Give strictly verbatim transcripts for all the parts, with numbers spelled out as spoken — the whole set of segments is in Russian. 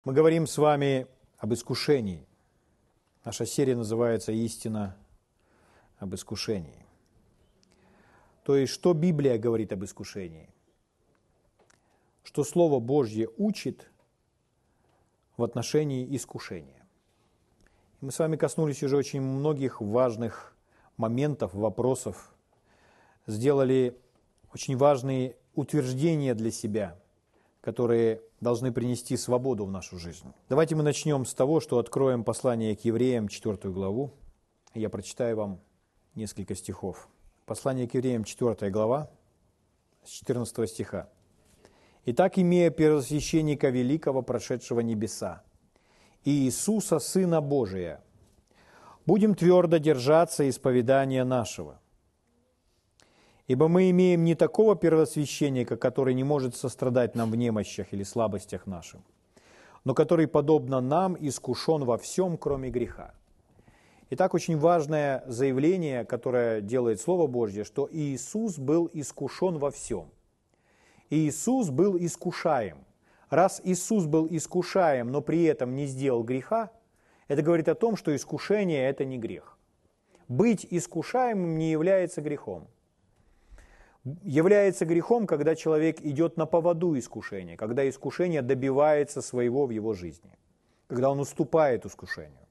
Мы говорим с вами об искушении. Наша серия называется «Истина об искушении». То есть, что Библия говорит об искушении? Что Слово Божье учит в отношении искушения. Мы с вами коснулись уже очень многих важных моментов, вопросов, сделали очень важные утверждения для себя, которые должны принести свободу в нашу жизнь. Давайте мы начнем с того, что откроем послание к Евреям, четвёртую главу. Я прочитаю вам несколько стихов. Послание к Евреям, четвёртая глава, с четырнадцатого стиха. «Итак, имея первосвященника великого, прошедшего небеса, и Иисуса, Сына Божия, будем твердо держаться исповедания нашего. Ибо мы имеем не такого первосвященника, который не может сострадать нам в немощах или слабостях нашим, но который, подобно нам, искушен во всем, кроме греха». Итак, очень важное заявление, которое делает Слово Божье, что Иисус был искушен во всем. Иисус был искушаем. Раз Иисус был искушаем, но при этом не сделал греха, это говорит о том, что искушение – это не грех. Быть искушаемым не является грехом. Является грехом, когда человек идет на поводу искушения, когда искушение добивается своего в его жизни, когда он уступает искушению.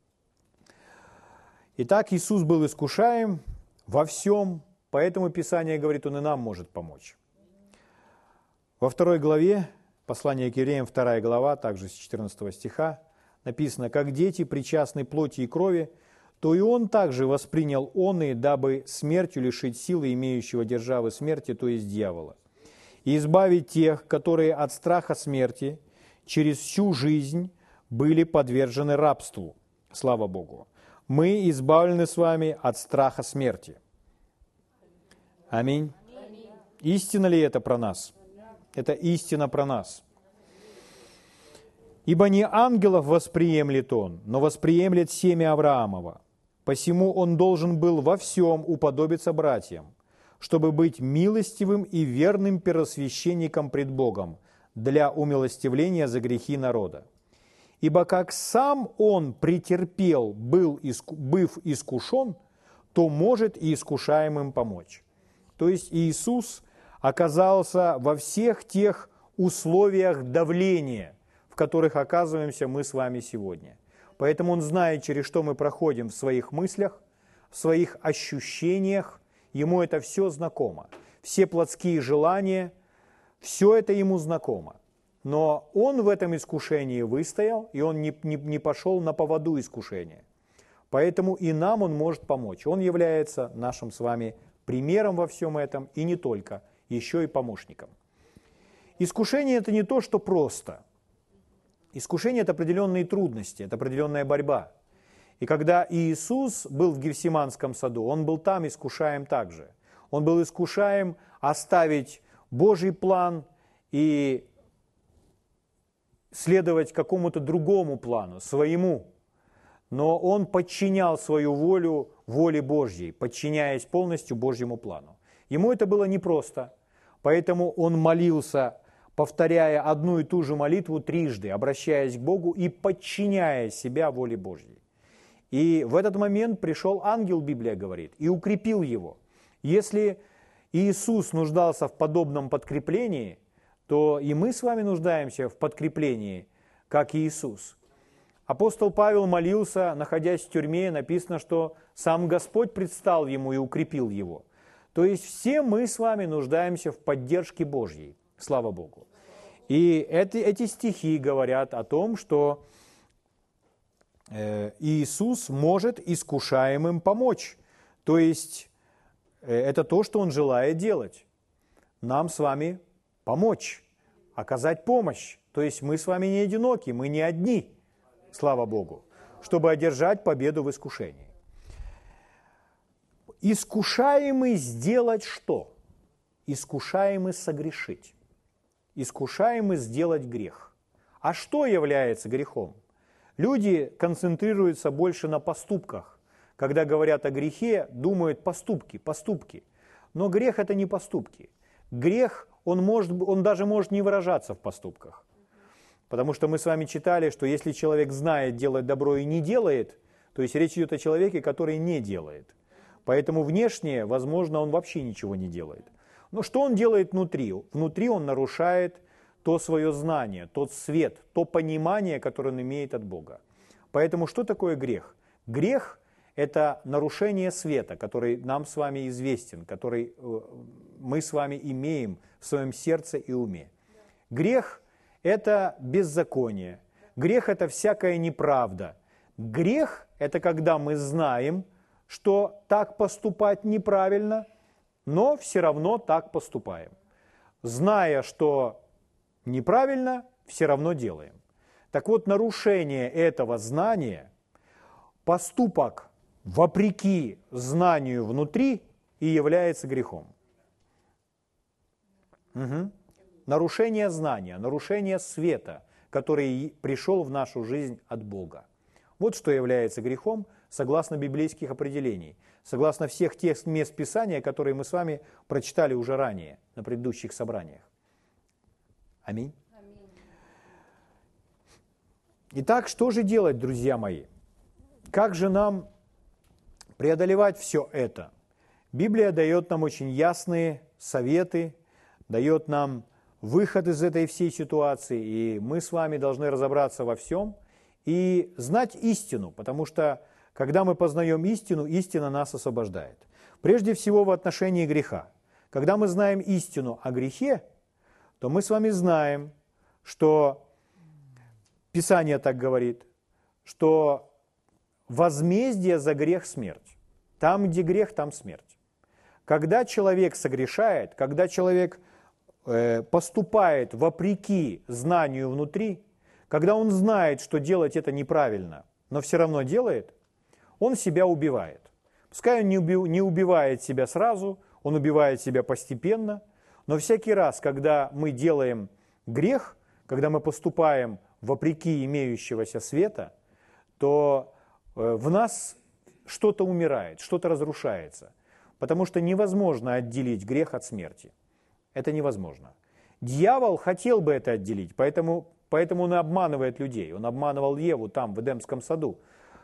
Итак, Иисус был искушаем во всем, поэтому Писание говорит, Он и нам может помочь. Во второй главе, послание к Евреям, вторая глава, также с четырнадцатого стиха, написано: «Как дети причастны плоти и крови, то и он также воспринял он и, дабы смертью лишить силы имеющего державы смерти, то есть дьявола, и избавить тех, которые от страха смерти через всю жизнь были подвержены рабству». Слава Богу! Мы избавлены с вами от страха смерти. Аминь. Истина ли это про нас? Это истина про нас. «Ибо не ангелов восприемлет он, но восприемлет семя Авраамова. Посему он должен был во всем уподобиться братьям, чтобы быть милостивым и верным первосвященником пред Богом для умилостивления за грехи народа. Ибо как сам он претерпел, был, быв искушен, то может и искушаемым помочь». То есть Иисус оказался во всех тех условиях давления, в которых оказываемся мы с вами сегодня. Поэтому Он знает, через что мы проходим в своих мыслях, в своих ощущениях. Ему это все знакомо. Все плотские желания, все это Ему знакомо. Но Он в этом искушении выстоял, и Он не, не, не пошел на поводу искушения. Поэтому и нам Он может помочь. Он является нашим с вами примером во всем этом, и не только, еще и помощником. Искушение – это не то, что просто. Искушение – это определенные трудности, это определенная борьба. И когда Иисус был в Гефсиманском саду, Он был там искушаем также. Он был искушаем оставить Божий план и следовать какому-то другому плану, своему. Но Он подчинял свою волю воле Божьей, подчиняясь полностью Божьему плану. Ему это было непросто, поэтому Он молился, повторяя одну и ту же молитву трижды, обращаясь к Богу и подчиняя себя воле Божьей. И в этот момент пришел ангел, Библия говорит, и укрепил его. Если Иисус нуждался в подобном подкреплении, то и мы с вами нуждаемся в подкреплении, как Иисус. Апостол Павел молился, находясь в тюрьме, написано, что сам Господь предстал ему и укрепил его. То есть все мы с вами нуждаемся в поддержке Божьей. Слава Богу. И эти, эти стихи говорят о том, что э, Иисус может искушаемым помочь. То есть э, это то, что Он желает делать. Нам с вами помочь, оказать помощь. То есть мы с вами не одиноки, мы не одни, слава Богу, чтобы одержать победу в искушении. Искушаемый сделать что? Искушаемый согрешить. Искушаемый сделать грех. А что является грехом? Люди концентрируются больше на поступках. Когда говорят о грехе, думают поступки, поступки. Но грех – это не поступки. Грех, он, может, он даже может не выражаться в поступках. Потому что мы с вами читали, что если человек знает делать добро и не делает, то есть речь идет о человеке, который не делает. Поэтому внешне, возможно, он вообще ничего не делает. Но что он делает внутри? Внутри он нарушает то свое знание, тот свет, то понимание, которое он имеет от Бога. Поэтому что такое грех? Грех – это нарушение света, который нам с вами известен, который мы с вами имеем в своем сердце и уме. Грех – это беззаконие. Грех – это всякая неправда. Грех – это когда мы знаем, что так поступать неправильно, но все равно так поступаем. Зная, что неправильно, все равно делаем. Так вот, нарушение этого знания, поступок вопреки знанию внутри и является грехом. Угу. Нарушение знания, нарушение света, который пришел в нашу жизнь от Бога. Вот что является грехом, согласно библейских определений, согласно всех тех мест Писания, которые мы с вами прочитали уже ранее, на предыдущих собраниях. Аминь. Итак, что же делать, друзья мои? Как же нам преодолевать все это? Библия дает нам очень ясные советы, дает нам выход из этой всей ситуации, и мы с вами должны разобраться во всем и знать истину, потому что, когда мы познаем истину, истина нас освобождает. Прежде всего в отношении греха. Когда мы знаем истину о грехе, то мы с вами знаем, что Писание так говорит, что возмездие за грех – смерть. Там, где грех, там смерть. Когда человек согрешает, когда человек э, поступает вопреки знанию внутри, когда он знает, что делать это неправильно, но все равно делает, он себя убивает. Пускай он не, уби, не убивает себя сразу, он убивает себя постепенно, но всякий раз, когда мы делаем грех, когда мы поступаем вопреки имеющегося света, то в нас что-то умирает, что-то разрушается. Потому что невозможно отделить грех от смерти. Это невозможно. Дьявол хотел бы это отделить, поэтому, поэтому он и обманывает людей. Он обманывал Еву там, в Эдемском саду.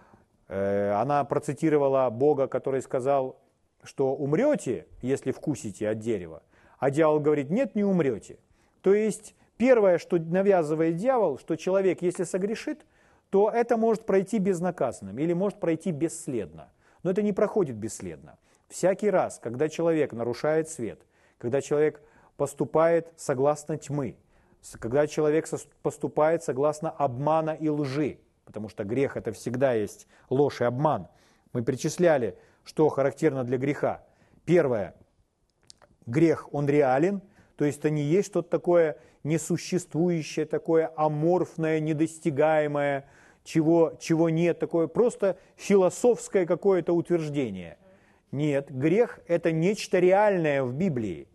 Она процитировала Бога, который сказал, что умрете, если вкусите от дерева. А дьявол говорит, нет, не умрете. То есть первое, что навязывает дьявол, что человек, если согрешит, то это может пройти безнаказанным или может пройти бесследно. Но это не проходит бесследно. Всякий раз, когда человек нарушает свет, когда человек поступает согласно тьмы, когда человек поступает согласно обмана и лжи, потому что грех – это всегда есть ложь и обман. Мы перечисляли, что характерно для греха. Первое – грех, он реален, то есть это не есть что-то такое несуществующее, такое аморфное, недостигаемое, чего, чего нет, такое просто философское какое-то утверждение. Нет, грех – это нечто реальное в Библии.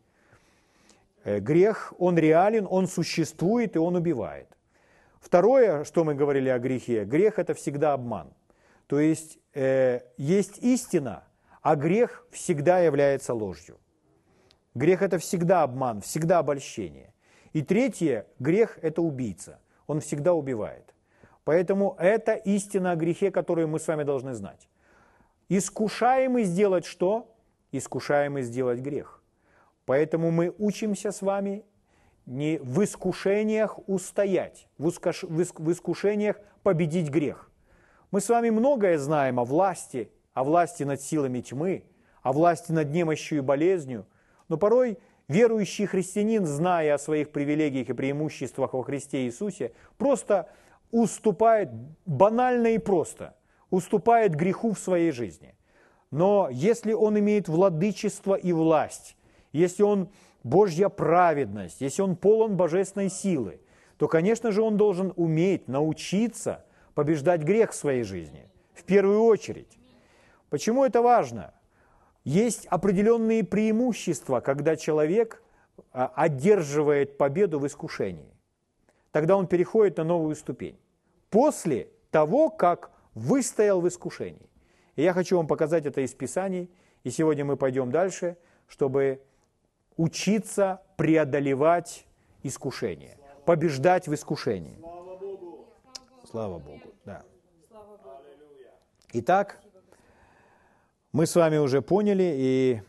Грех, он реален, он существует и он убивает. Второе, что мы говорили о грехе, грех – это всегда обман. То есть э, есть истина, а грех всегда является ложью. Грех – это всегда обман, всегда обольщение. И третье, грех – это убийца, он всегда убивает. Поэтому это истина о грехе, которую мы с вами должны знать. Искушаемый сделать что? Искушаемый сделать грех. Поэтому мы учимся с вами не в искушениях устоять, в искушениях победить грех. Мы с вами многое знаем о власти, о власти над силами тьмы, о власти над немощью и болезнью, но порой верующий христианин, зная о своих привилегиях и преимуществах во Христе Иисусе, просто уступает, банально и просто, уступает греху в своей жизни. Но если он имеет владычество и власть, если он Божья праведность, если он полон божественной силы, то, конечно же, он должен уметь научиться побеждать грех в своей жизни, в первую очередь. Почему это важно? Есть определенные преимущества, когда человек одерживает победу в искушении. Тогда он переходит на новую ступень. После того, как выстоял в искушении. И я хочу вам показать это из Писаний. И сегодня мы пойдем дальше, чтобы учиться преодолевать искушение, побеждать в искушении. Слава Богу, да. Итак, мы с вами уже поняли, и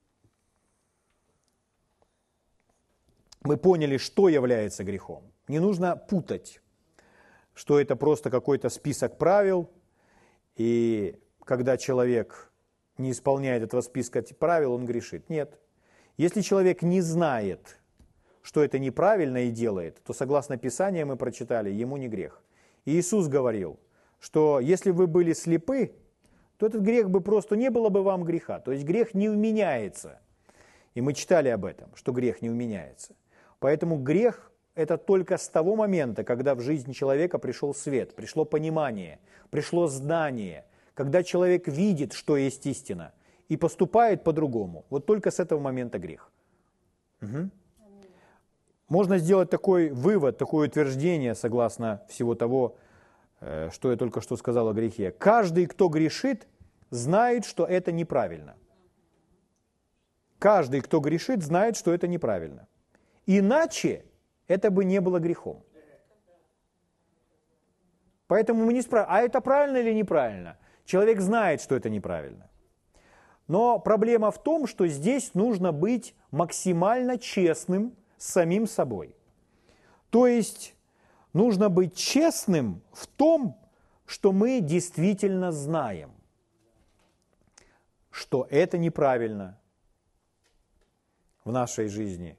мы поняли, что является грехом. Не нужно путать, что это просто какой-то список правил, и когда человек не исполняет этого списка правил, он грешит. Нет. Если человек не знает, что это неправильно и делает, то, согласно Писанию, мы прочитали, ему не грех. И Иисус говорил, что если вы были слепы, то этот грех бы просто не было бы вам греха. То есть грех не вменяется. И мы читали об этом, что грех не вменяется. Поэтому грех – это только с того момента, когда в жизнь человека пришел свет, пришло понимание, пришло знание, когда человек видит, что есть истина, и поступает по-другому. Вот только с этого момента грех. Угу. Можно сделать такой вывод, такое утверждение, согласно всего того, что я только что сказал о грехе. Каждый, кто грешит, знает, что это неправильно. Каждый, кто грешит, знает, что это неправильно. Иначе это бы не было грехом. Поэтому мы не спрашиваем, а это правильно или неправильно? Человек знает, что это неправильно. Но проблема в том, что здесь нужно быть максимально честным с самим собой. То есть нужно быть честным в том, что мы действительно знаем, что это неправильно в нашей жизни.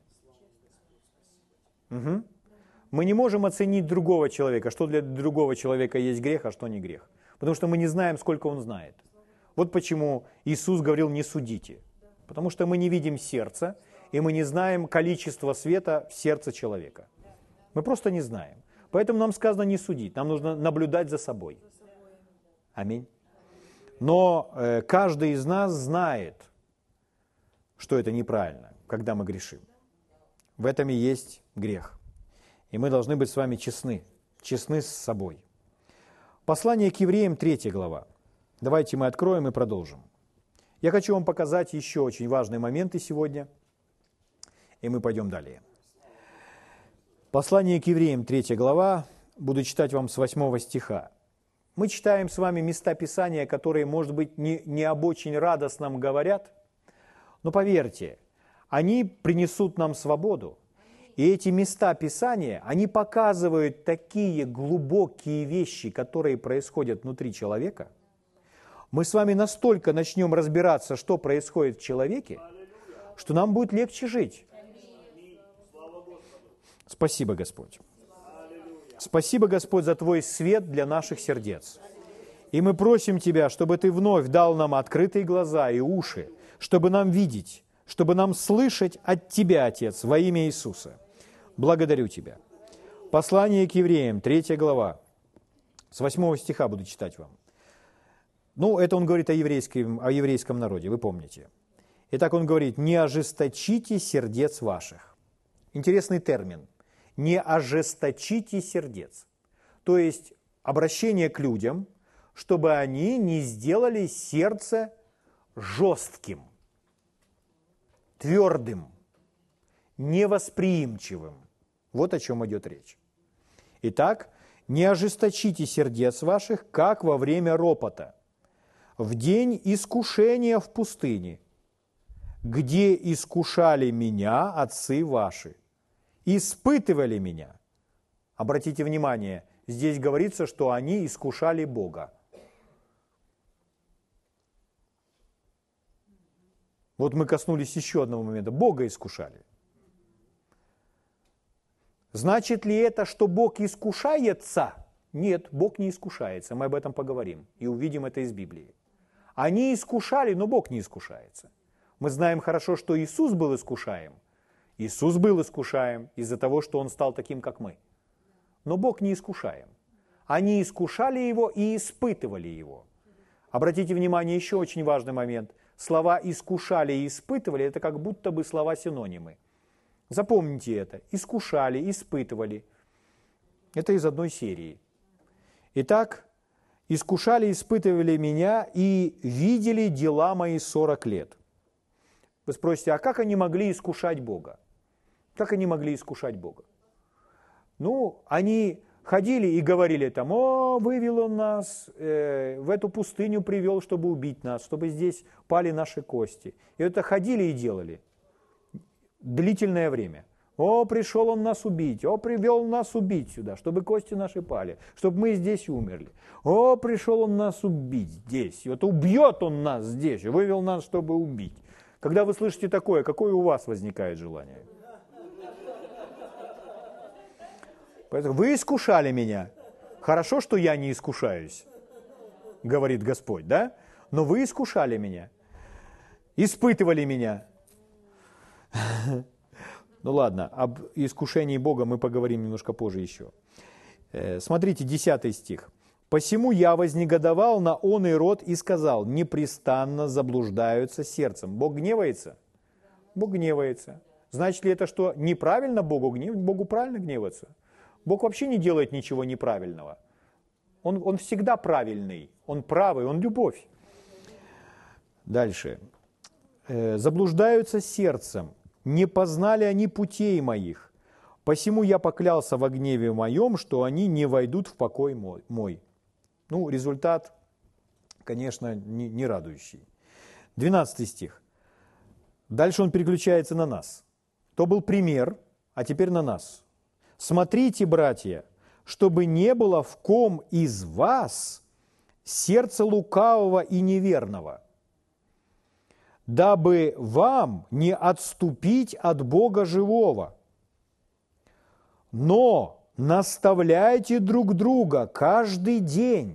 Угу. Мы не можем оценить другого человека, что для другого человека есть грех, а что не грех. Потому что мы не знаем, сколько он знает. Вот почему Иисус говорил: не судите. Потому что мы не видим сердца, и мы не знаем количество света в сердце человека. Мы просто не знаем. Поэтому нам сказано не судить, нам нужно наблюдать за собой. Аминь. Но э, каждый из нас знает, что это неправильно, когда мы грешим. В этом и есть грех. И мы должны быть с вами честны, честны с собой. Послание к евреям, третья глава. Давайте мы откроем и продолжим. Я хочу вам показать еще очень важные моменты сегодня, и мы пойдем далее. Послание к евреям, третья глава, буду читать вам с восьмого стиха. Мы читаем с вами места Писания, которые, может быть, не, не об очень радостном говорят, но поверьте, они принесут нам свободу. И эти места Писания, они показывают такие глубокие вещи, которые происходят внутри человека. Мы с вами настолько начнем разбираться, что происходит в человеке, что нам будет легче жить. Спасибо, Господь. Спасибо, Господь, за Твой свет для наших сердец. И мы просим Тебя, чтобы Ты вновь дал нам открытые глаза и уши, чтобы нам видеть, чтобы нам слышать от Тебя, Отец, во имя Иисуса. Благодарю Тебя. Послание к евреям, третья глава, с восьмого стиха буду читать вам. Ну, это он говорит о еврейском, о еврейском народе, вы помните. Итак, он говорит: «Не ожесточите сердец ваших». Интересный термин. «Не ожесточите сердец». То есть обращение к людям, чтобы они не сделали сердце жестким, твердым, невосприимчивым. Вот о чем идет речь. Итак, не ожесточите сердец ваших, как во время ропота, в день искушения в пустыне, где искушали меня отцы ваши, испытывали меня. Обратите внимание, здесь говорится, что они искушали Бога. Вот мы коснулись еще одного момента. Бога искушали. Значит ли это, что Бог искушается? Нет, Бог не искушается. Мы об этом поговорим и увидим это из Библии. Они искушали, но Бог не искушается. Мы знаем хорошо, что Иисус был искушаем. Иисус был искушаем из-за того, что Он стал таким, как мы. Но Бог не искушаем. Они искушали Его и испытывали Его. Обратите внимание, еще очень важный момент. Слова «искушали» и «испытывали» – это как будто бы слова-синонимы. Запомните это. Искушали, испытывали. Это из одной серии. Итак, искушали, испытывали меня и видели дела мои сорок лет. Вы спросите, а как они могли искушать Бога? Как они могли искушать Бога? Ну, они ходили и говорили там: о, вывел он нас, э, в эту пустыню привел, чтобы убить нас, чтобы здесь пали наши кости. И это ходили и делали длительное время. О, пришел он нас убить, о, привел нас убить сюда, чтобы кости наши пали, чтобы мы здесь умерли. О, пришел он нас убить здесь, и вот убьет он нас здесь, и вывел нас, чтобы убить. Когда вы слышите такое, какое у вас возникает желание? Поэтому вы искушали меня. Хорошо, что я не искушаюсь, говорит Господь, да? Но вы искушали меня, испытывали меня. Ну ладно, об искушении Бога мы поговорим немножко позже еще. Смотрите, десятый стих. «Посему я вознегодовал на он и род и сказал: непрестанно заблуждаются сердцем». Бог гневается? Бог гневается. Значит ли это, что неправильно Богу гневаться? Богу правильно гневаться? Бог вообще не делает ничего неправильного. Он, он всегда правильный, он правый, он любовь. Дальше. «Заблуждаются сердцем, не познали они путей моих. Посему я поклялся во гневе моем, что они не войдут в покой мой». Ну, результат, конечно, не, не радующий. двенадцатый стих. Дальше он переключается на нас. То был пример, а теперь на нас. «Смотрите, братья, чтобы не было в ком из вас сердца лукавого и неверного, дабы вам не отступить от Бога живого. Но наставляйте друг друга каждый день,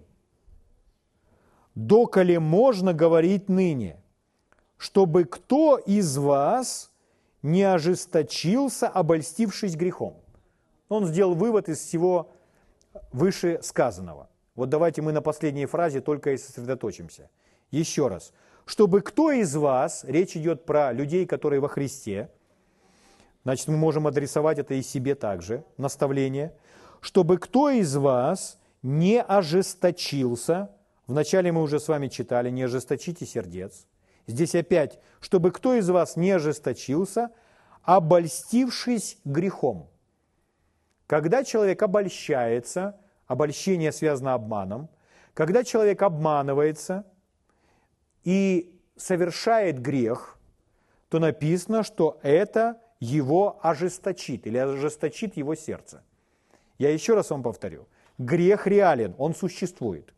доколе можно говорить ныне, чтобы кто из вас не ожесточился, обольстившись грехом». Он сделал вывод из всего вышесказанного. Вот давайте мы на последней фразе только и сосредоточимся. Еще раз. «Чтобы кто из вас», речь идет про людей, которые во Христе, значит, мы можем адресовать это и себе также, наставление, «чтобы кто из вас не ожесточился», вначале мы уже с вами читали, «не ожесточите сердец», здесь опять, «чтобы кто из вас не ожесточился, обольстившись грехом». Когда человек обольщается, обольщение связано обманом, когда человек обманывается и совершает грех, то написано, что это его ожесточит или ожесточит его сердце. Я еще раз вам повторю. Грех реален, он существует.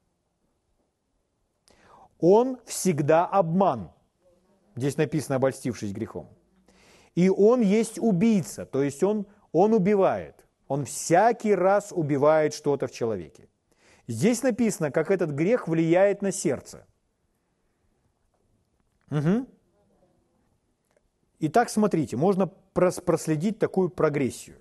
Он всегда обман. Здесь написано, обольстившись грехом. И он есть убийца, то есть он, он убивает. Он всякий раз убивает что-то в человеке. Здесь написано, как этот грех влияет на сердце. Угу. Итак, смотрите, можно проследить такую прогрессию.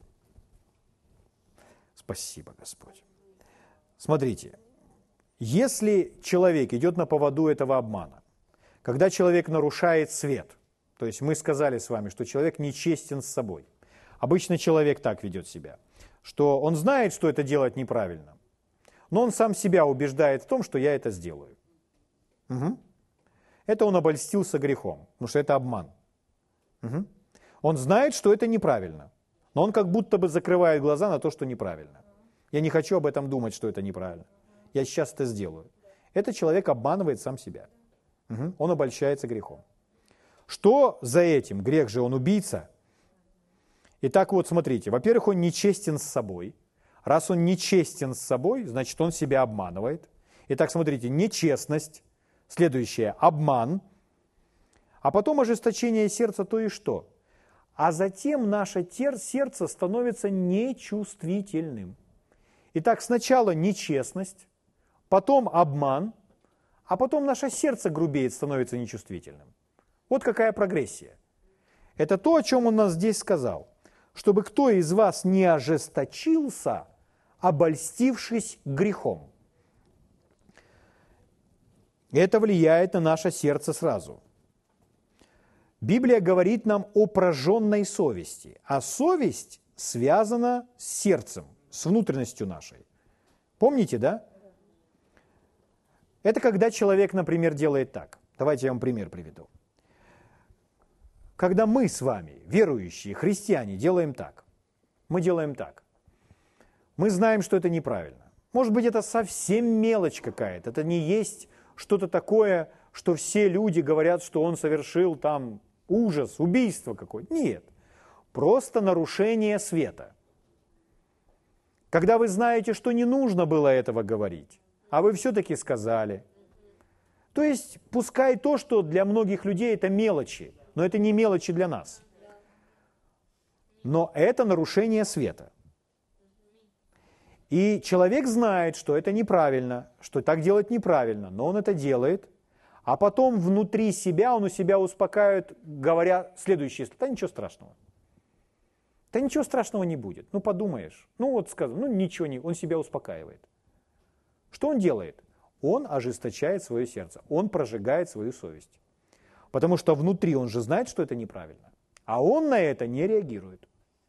Спасибо, Господь. Смотрите, если человек идет на поводу этого обмана, когда человек нарушает свет, то есть мы сказали с вами, что человек нечестен с собой. Обычно человек так ведет себя, что он знает, что это делать неправильно, но он сам себя убеждает в том, что я это сделаю. Угу. Это он обольстился грехом, потому что это обман. Угу. Он знает, что это неправильно, но он как будто бы закрывает глаза на то, что неправильно. Я не хочу об этом думать, что это неправильно. Я сейчас это сделаю. Этот человек обманывает сам себя. Угу. Он обольщается грехом. Что за этим? Грех же, он убийца. Итак, вот смотрите. Во-первых, он нечестен с собой. Раз он нечестен с собой, значит, он себя обманывает. Итак, смотрите, нечестность. Следующее, обман. А потом ожесточение сердца, то и что? А затем наше сердце становится нечувствительным. Итак, сначала нечестность, потом обман, а потом наше сердце грубеет, становится нечувствительным. Вот какая прогрессия. Это то, о чем он нас здесь сказал. Чтобы кто из вас не ожесточился, обольстившись грехом. Это влияет на наше сердце сразу. Библия говорит нам о прожженной совести, а совесть связана с сердцем, с внутренностью нашей. Помните, да? Это когда человек, например, делает так. Давайте я вам пример приведу. Когда мы с вами, верующие, христиане, делаем так. Мы делаем так. мы знаем, что это неправильно. Может быть, это совсем мелочь какая-то. Это не есть что-то такое, что все люди говорят, что он совершил там ужас, убийство какое-то. Нет. Просто нарушение света. Когда вы знаете, что не нужно было этого говорить, а вы все-таки сказали. То есть, пускай то, что для многих людей это мелочи, но это не мелочи для нас. Но это нарушение света. И человек знает, что это неправильно, что так делать неправильно, но он это делает, а потом внутри себя он у себя успокаивает, говоря следующее: да ничего страшного. Да ничего страшного не будет. Ну подумаешь, ну вот скажем, ну ничего не, он себя успокаивает. Что он делает? Он ожесточает свое сердце, он прожигает свою совесть. Потому что внутри он же знает, что это неправильно, а он на это не реагирует.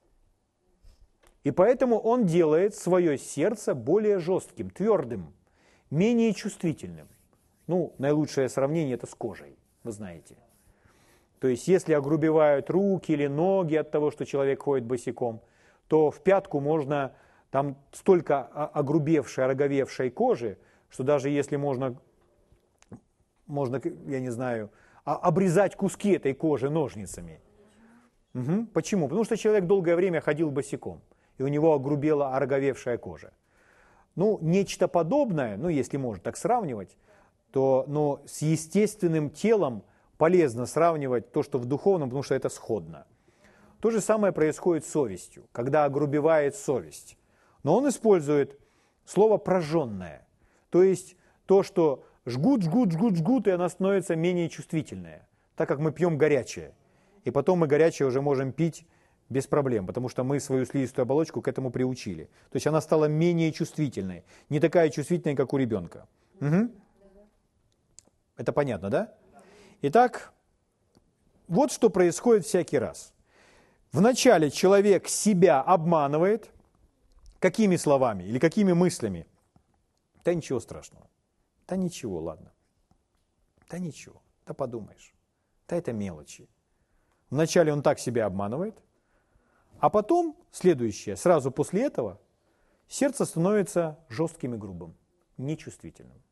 И поэтому он делает свое сердце более жестким, твердым, менее чувствительным. Ну, наилучшее сравнение это с кожей, вы знаете. То есть, если огрубевают руки или ноги от того, что человек ходит босиком, то в пятку можно, там столько огрубевшей, ороговевшей кожи, что даже если можно, можно, я не знаю, обрезать куски этой кожи ножницами. Угу. Почему? Потому что человек долгое время ходил босиком, и у него огрубела ороговевшая кожа. Ну, нечто подобное, ну, если можно так сравнивать, то но с естественным телом полезно сравнивать то, что в духовном, потому что это сходно. То же самое происходит с совестью, когда огрубевает совесть. Но он использует слово «прожженное», то есть то, что жгут, жгут, жгут, жгут, и она становится менее чувствительная, так как мы пьем горячее. И потом мы горячее уже можем пить без проблем, потому что мы свою слизистую оболочку к этому приучили. То есть она стала менее чувствительной, не такая чувствительная, как у ребенка. Угу. Это понятно, да? Итак, вот что происходит всякий раз. Вначале человек себя обманывает. Какими словами или какими мыслями? Да ничего страшного. Да ничего, ладно. Да ничего, да подумаешь. Да это мелочи. Вначале он так себя обманывает, а потом, следующее, сразу после этого, сердце становится жестким и грубым, нечувствительным.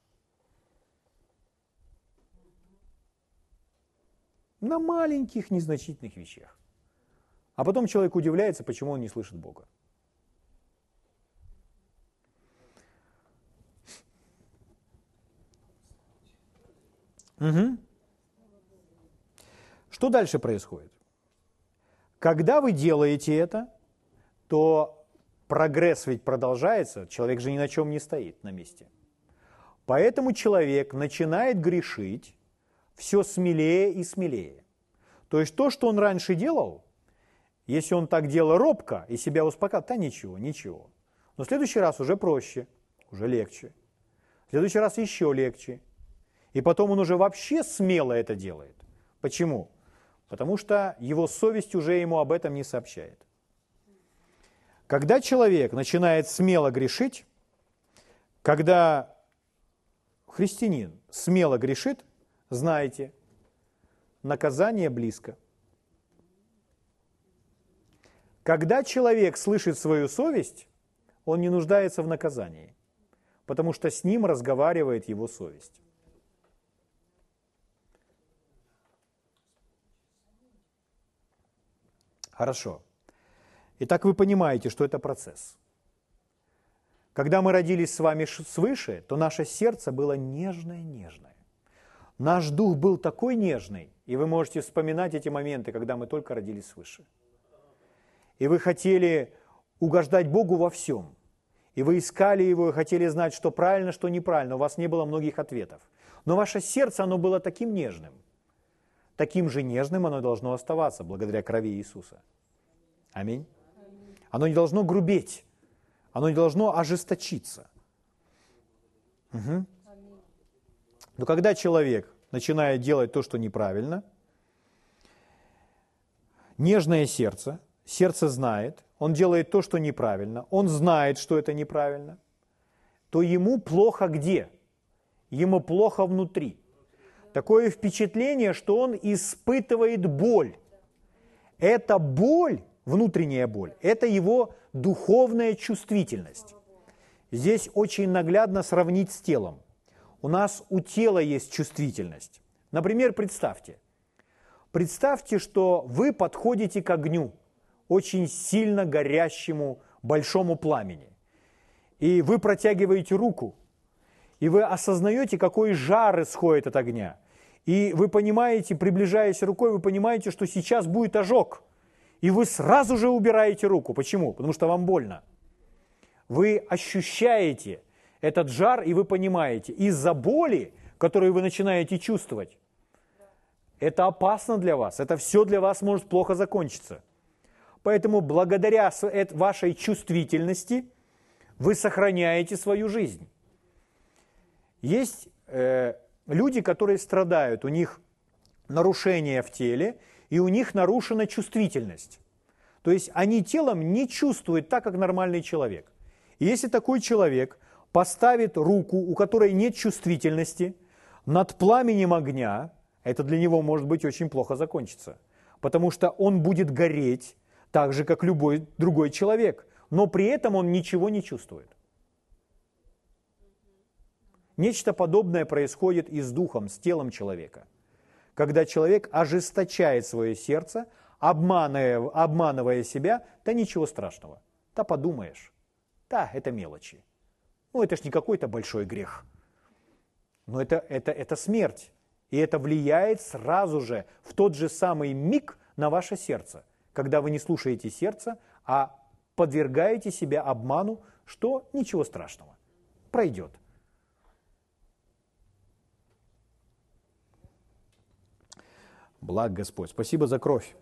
На маленьких, незначительных вещах. А потом человек удивляется, почему он не слышит Бога. Угу. Что дальше происходит? Когда вы делаете это, то прогресс ведь продолжается, человек же ни на чем не стоит на месте. Поэтому человек начинает грешить все смелее и смелее. То есть то, что он раньше делал, если он так делал робко и себя успокаивал, да ничего, ничего. Но в следующий раз уже проще, уже легче. В следующий раз еще легче. И потом он уже вообще смело это делает. Почему? Потому что его совесть уже ему об этом не сообщает. Когда человек начинает смело грешить, когда христианин смело грешит, знайте, наказание близко. Когда человек слышит свою совесть, он не нуждается в наказании, потому что с ним разговаривает его совесть. Хорошо. Итак, вы понимаете, что это процесс. Когда мы родились с вами свыше, то наше сердце было нежное-нежное. Наш дух был такой нежный, и вы можете вспоминать эти моменты, когда мы только родились свыше. И вы хотели угождать Богу во всем. И вы искали Его, и хотели знать, что правильно, что неправильно. У вас не было многих ответов. Но ваше сердце, оно было таким нежным. Таким же нежным оно должно оставаться, благодаря крови Иисуса. Аминь. Оно не должно грубеть. Оно не должно ожесточиться. Угу. Но когда человек начинает делать то, что неправильно, нежное сердце, сердце знает, он делает то, что неправильно, он знает, что это неправильно, то ему плохо где? Ему плохо внутри. Такое впечатление, что он испытывает боль. Эта боль, внутренняя боль, это его духовная чувствительность. Здесь очень наглядно сравнить с телом. У нас у тела есть чувствительность. Например, представьте. Представьте, что вы подходите к огню, очень сильно горящему большому пламени. И вы протягиваете руку, и вы осознаете, какой жар исходит от огня. И вы понимаете, приближаясь рукой, вы понимаете, что сейчас будет ожог. И вы сразу же убираете руку. Почему? Потому что вам больно. Вы ощущаете этот жар, и вы понимаете, из-за боли, которую вы начинаете чувствовать, это опасно для вас, это все для вас может плохо закончиться. Поэтому благодаря вашей чувствительности вы сохраняете свою жизнь. Есть э, люди, которые страдают, у них нарушение в теле, и у них нарушена чувствительность. То есть они телом не чувствуют так, как нормальный человек. И если такой человек поставит руку, у которой нет чувствительности, над пламенем огня, это для него может быть очень плохо закончиться. Потому что он будет гореть так же, как любой другой человек, но при этом он ничего не чувствует. Нечто подобное происходит и с духом, с телом человека. Когда человек ожесточает свое сердце, обманывая, обманывая себя, да ничего страшного, да подумаешь, да, это мелочи. Ну, это ж не какой-то большой грех. Но это, это, это смерть. И это влияет сразу же, в тот же самый миг на ваше сердце, когда вы не слушаете сердце, а подвергаете себя обману, что ничего страшного, пройдет. Благ Господь. Спасибо за кровь.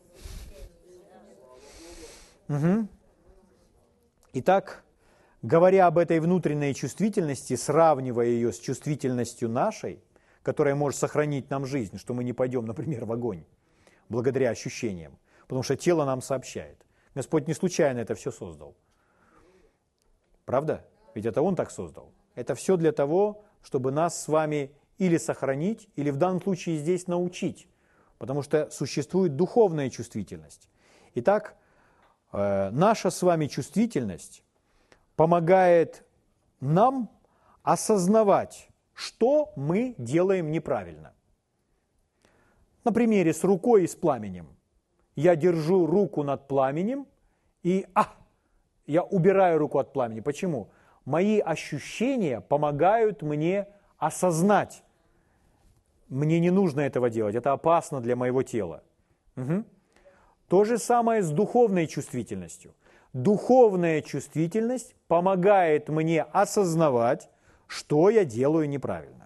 Угу. Итак, говоря об этой внутренней чувствительности, сравнивая ее с чувствительностью нашей, которая может сохранить нам жизнь, что мы не пойдем, например, в огонь, благодаря ощущениям, потому что тело нам сообщает. Господь не случайно это все создал. Правда? Ведь это Он так создал. Это все для того, чтобы нас с вами или сохранить, или в данном случае здесь научить, потому что существует духовная чувствительность. Итак, наша с вами чувствительность помогает нам осознавать, что мы делаем неправильно. На примере с рукой и с пламенем. Я держу руку над пламенем и а, я убираю руку от пламени. Почему? Мои ощущения помогают мне осознать. Мне не нужно этого делать, это опасно для моего тела. Угу. То же самое с духовной чувствительностью. Духовная чувствительность помогает мне осознавать, что я делаю неправильно.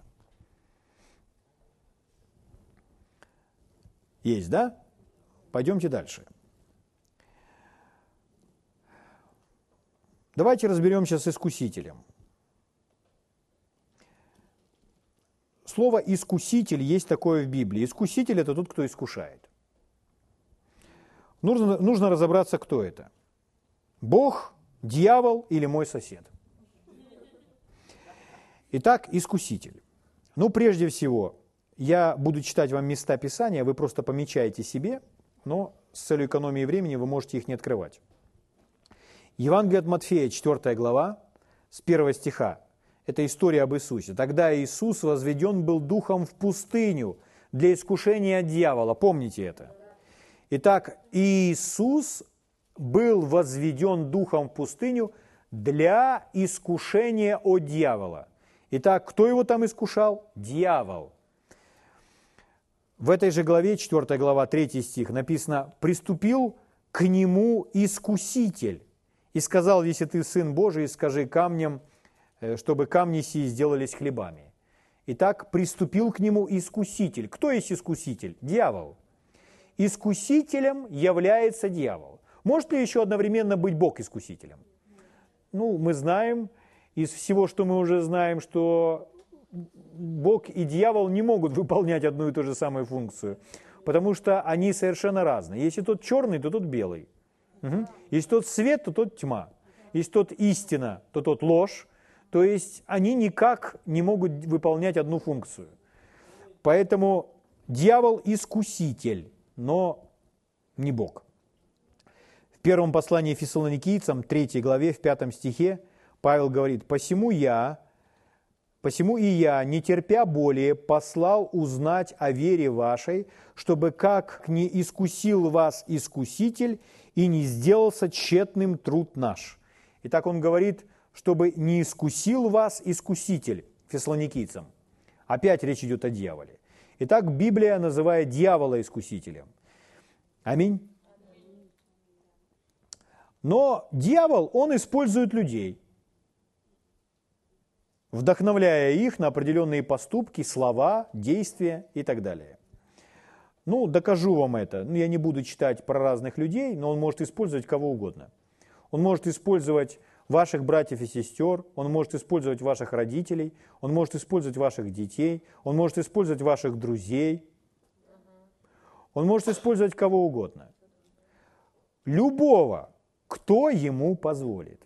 Есть, да? Пойдемте дальше. Давайте разберемся с искусителем. Слово «искуситель» есть такое в Библии. Искуситель – это тот, кто искушает. Нужно, нужно разобраться, кто это. Бог, дьявол или мой сосед? Итак, искуситель. Ну, прежде всего, я буду читать вам места Писания, вы просто помечаете себе, но с целью экономии времени вы можете их не открывать. Евангелие от Матфея, четвёртая глава, с первого стиха. Это история об Иисусе. «Тогда Иисус возведен был духом в пустыню для искушения от дьявола». Помните это? Итак, Иисус был возведен духом в пустыню для искушения от дьявола. Итак, кто его там искушал? Дьявол. В этой же главе, четвёртая глава, третий стих, написано: «Приступил к нему искуситель и сказал: если ты Сын Божий, скажи камням, чтобы камни сии сделались хлебами». Итак, приступил к нему искуситель. Кто есть искуситель? Дьявол. Искусителем является дьявол. Может ли еще одновременно быть Бог искусителем? Ну, мы знаем, из всего, что мы уже знаем, что Бог и дьявол не могут выполнять одну и ту же самую функцию, потому что они совершенно разные. Если тот черный, то тот белый. Угу. Если тот свет, то тот тьма. Если тот истина, то тот ложь. То есть они никак не могут выполнять одну функцию. Поэтому дьявол искуситель, но не Бог. В первом послании Фессалоникийцам, третьей главе, в пятом стихе, Павел говорит: «Посему я, посему и я, не терпя более, послал узнать о вере вашей, чтобы как не искусил вас искуситель и не сделался тщетным труд наш». Итак, он говорит, чтобы не искусил вас искуситель, фессалоникийцам. Опять речь идет о дьяволе. Итак, Библия называет дьявола искусителем. Аминь. Но дьявол, он использует людей, вдохновляя их на определенные поступки, слова, действия и так далее. Ну, докажу вам это. Ну, я не буду читать про разных людей, но он может использовать кого угодно. Он может использовать ваших братьев и сестер, он может использовать ваших родителей, он может использовать ваших детей, он может использовать ваших друзей, он может использовать кого угодно. Любого, кто ему позволит.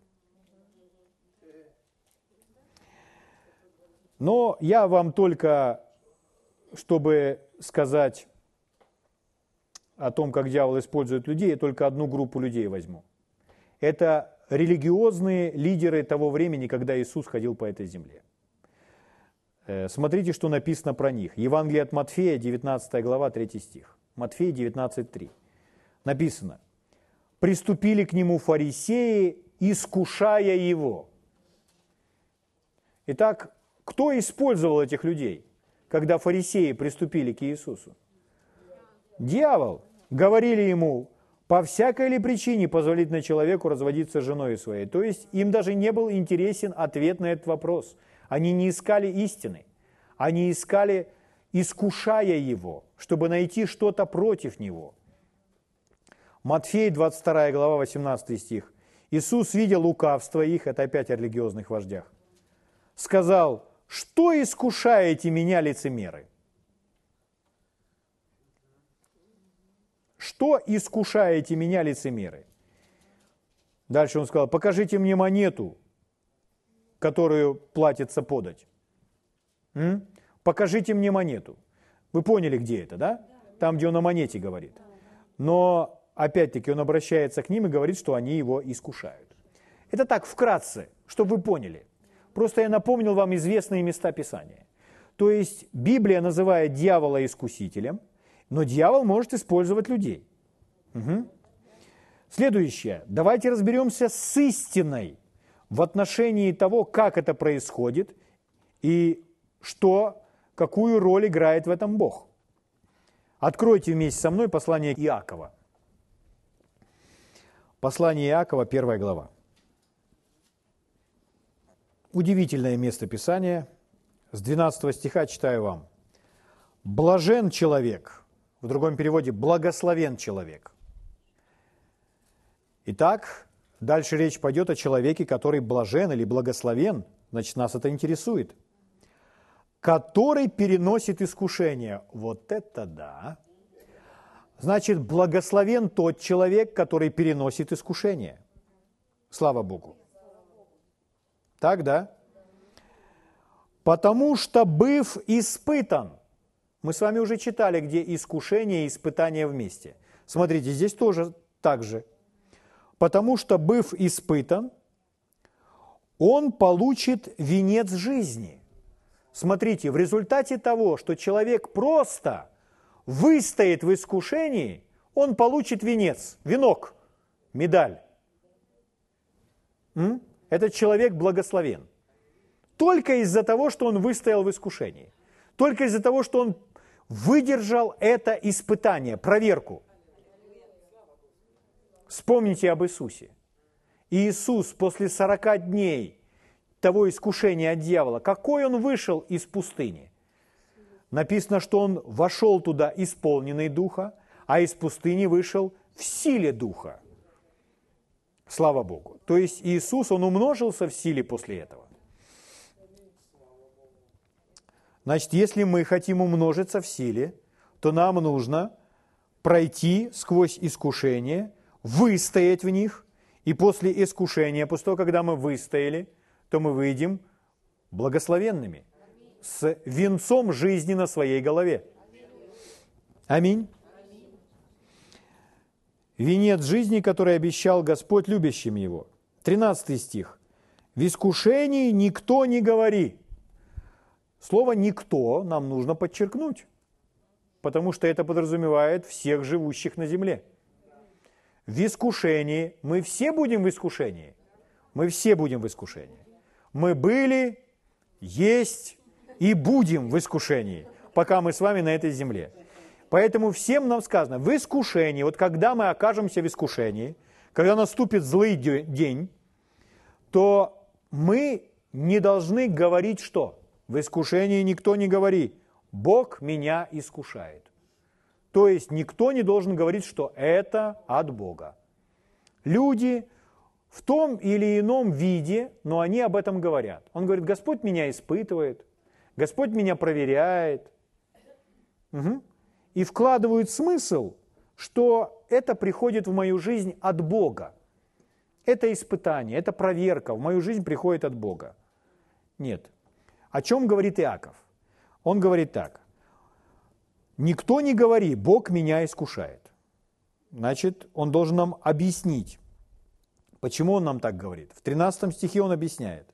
Но я вам только, чтобы сказать о том, как дьявол использует людей, я только одну группу людей возьму. Это религиозные лидеры того времени, когда Иисус ходил по этой земле. Смотрите, что написано про них. Евангелие от Матфея, девятнадцатая глава, третий стих. Матфея девятнадцать три. Написано: «Приступили к нему фарисеи, искушая его». Итак, кто использовал этих людей, когда фарисеи приступили к Иисусу? Дьявол. Говорили ему: по всякой ли причине позволительно человеку разводиться с женой своей? То есть им даже не был интересен ответ на этот вопрос. Они не искали истины. Они искали, искушая его, чтобы найти что-то против него. Матфея, двадцать вторая глава, восемнадцатый стих. Иисус, видя лукавство их, это опять о религиозных вождях, сказал: «Что искушаете меня, лицемеры?» Что искушаете меня, лицемеры? Дальше он сказал: покажите мне монету, которую платится подать. М? Покажите мне монету. Вы поняли, где это, да? Там, где он о монете говорит. Но, опять-таки, он обращается к ним и говорит, что они его искушают. Это так, вкратце, чтобы вы поняли. Просто я напомнил вам известные места Писания. То есть, Библия называет дьявола искусителем, но дьявол может использовать людей. Угу. Следующее. Давайте разберемся с истиной в отношении того, как это происходит и что, какую роль играет в этом Бог. Откройте вместе со мной послание Иакова. Послание Иакова, первая глава. Удивительное место Писания. С двенадцатого стиха читаю вам. «Блажен человек». В другом переводе «благословен человек». Итак, дальше речь пойдет о человеке, который блажен или благословен, значит, нас это интересует. Который переносит искушение. Вот это да! Значит, благословен тот человек, который переносит искушение. Слава Богу. Так, да? Потому что, быв испытан, мы с вами уже читали, где искушение и испытание вместе. Смотрите, здесь тоже так же. Потому что, быв испытан, он получит венец жизни. Смотрите, в результате того, что человек просто выстоит в искушении, он получит венец, венок, медаль. М? Этот человек благословен. Только из-за того, что он выстоял в искушении. Только из-за того, что он выдержал это испытание, проверку. Вспомните об Иисусе. Иисус после сорока дней того искушения от дьявола, какой он вышел из пустыни? Написано, что он вошел туда исполненный Духа, а из пустыни вышел в силе Духа. Слава Богу. То есть Иисус, он умножился в силе после этого. Значит, если мы хотим умножиться в силе, то нам нужно пройти сквозь искушение, выстоять в них, и после искушения, после того, когда мы выстояли, то мы выйдем благословенными, с венцом жизни на своей голове. Аминь. Венец жизни, который обещал Господь любящим его. тринадцатый стих. В искушении никто не говори. Слово «никто» нам нужно подчеркнуть, потому что это подразумевает всех живущих на земле. В искушении, мы все будем в искушении. Мы все будем в искушении. Мы были, есть и будем в искушении, пока мы с вами на этой земле. Поэтому всем нам сказано, в искушении, вот когда мы окажемся в искушении, когда наступит злый день, то мы не должны говорить что? В искушении никто не говорит, Бог меня искушает. То есть никто не должен говорить, что это от Бога. Люди в том или ином виде, но они об этом говорят. Он говорит, Господь меня испытывает, Господь меня проверяет. Угу. И вкладывают смысл, что это приходит в мою жизнь от Бога. Это испытание, это проверка в мою жизнь приходит от Бога. Нет. О чем говорит Иаков? Он говорит так. Никто не говори, Бог меня искушает. Значит, он должен нам объяснить, почему он нам так говорит. В тринадцатом стихе он объясняет.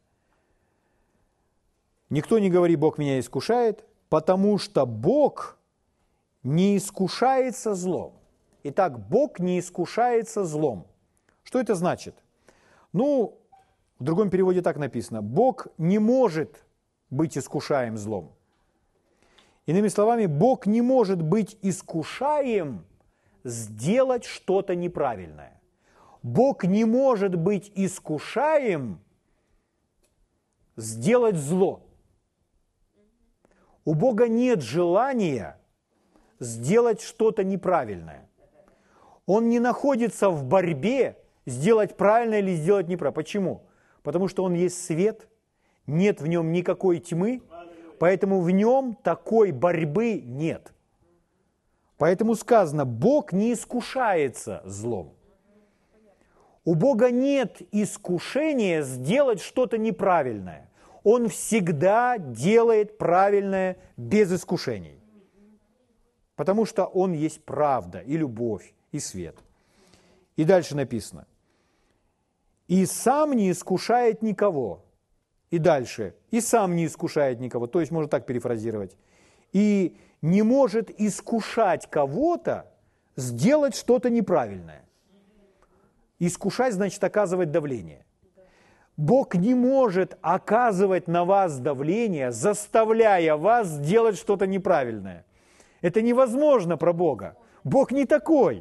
Никто не говори, Бог меня искушает, потому что Бог не искушается злом. Итак, Бог не искушается злом. Что это значит? Ну, в другом переводе так написано. Бог не может быть искушаем злом. Иными словами, Бог не может быть искушаем сделать что-то неправильное. Бог не может быть искушаем сделать зло. У Бога нет желания сделать что-то неправильное. Он не находится в борьбе сделать правильно или сделать неправильно. Почему? Потому что Он есть свет, нет в Нем никакой тьмы, поэтому в Нем такой борьбы нет. Поэтому сказано, Бог не искушается злом. У Бога нет искушения сделать что-то неправильное. Он всегда делает правильное без искушений. Потому что Он есть правда и любовь и свет. И дальше написано. И сам не искушает никого. И дальше. И сам не искушает никого. То есть можно так перефразировать. И не может искушать кого-то сделать что-то неправильное. Искушать значит оказывать давление. Бог не может оказывать на вас давление, заставляя вас делать что-то неправильное. Это невозможно про Бога. Бог не такой.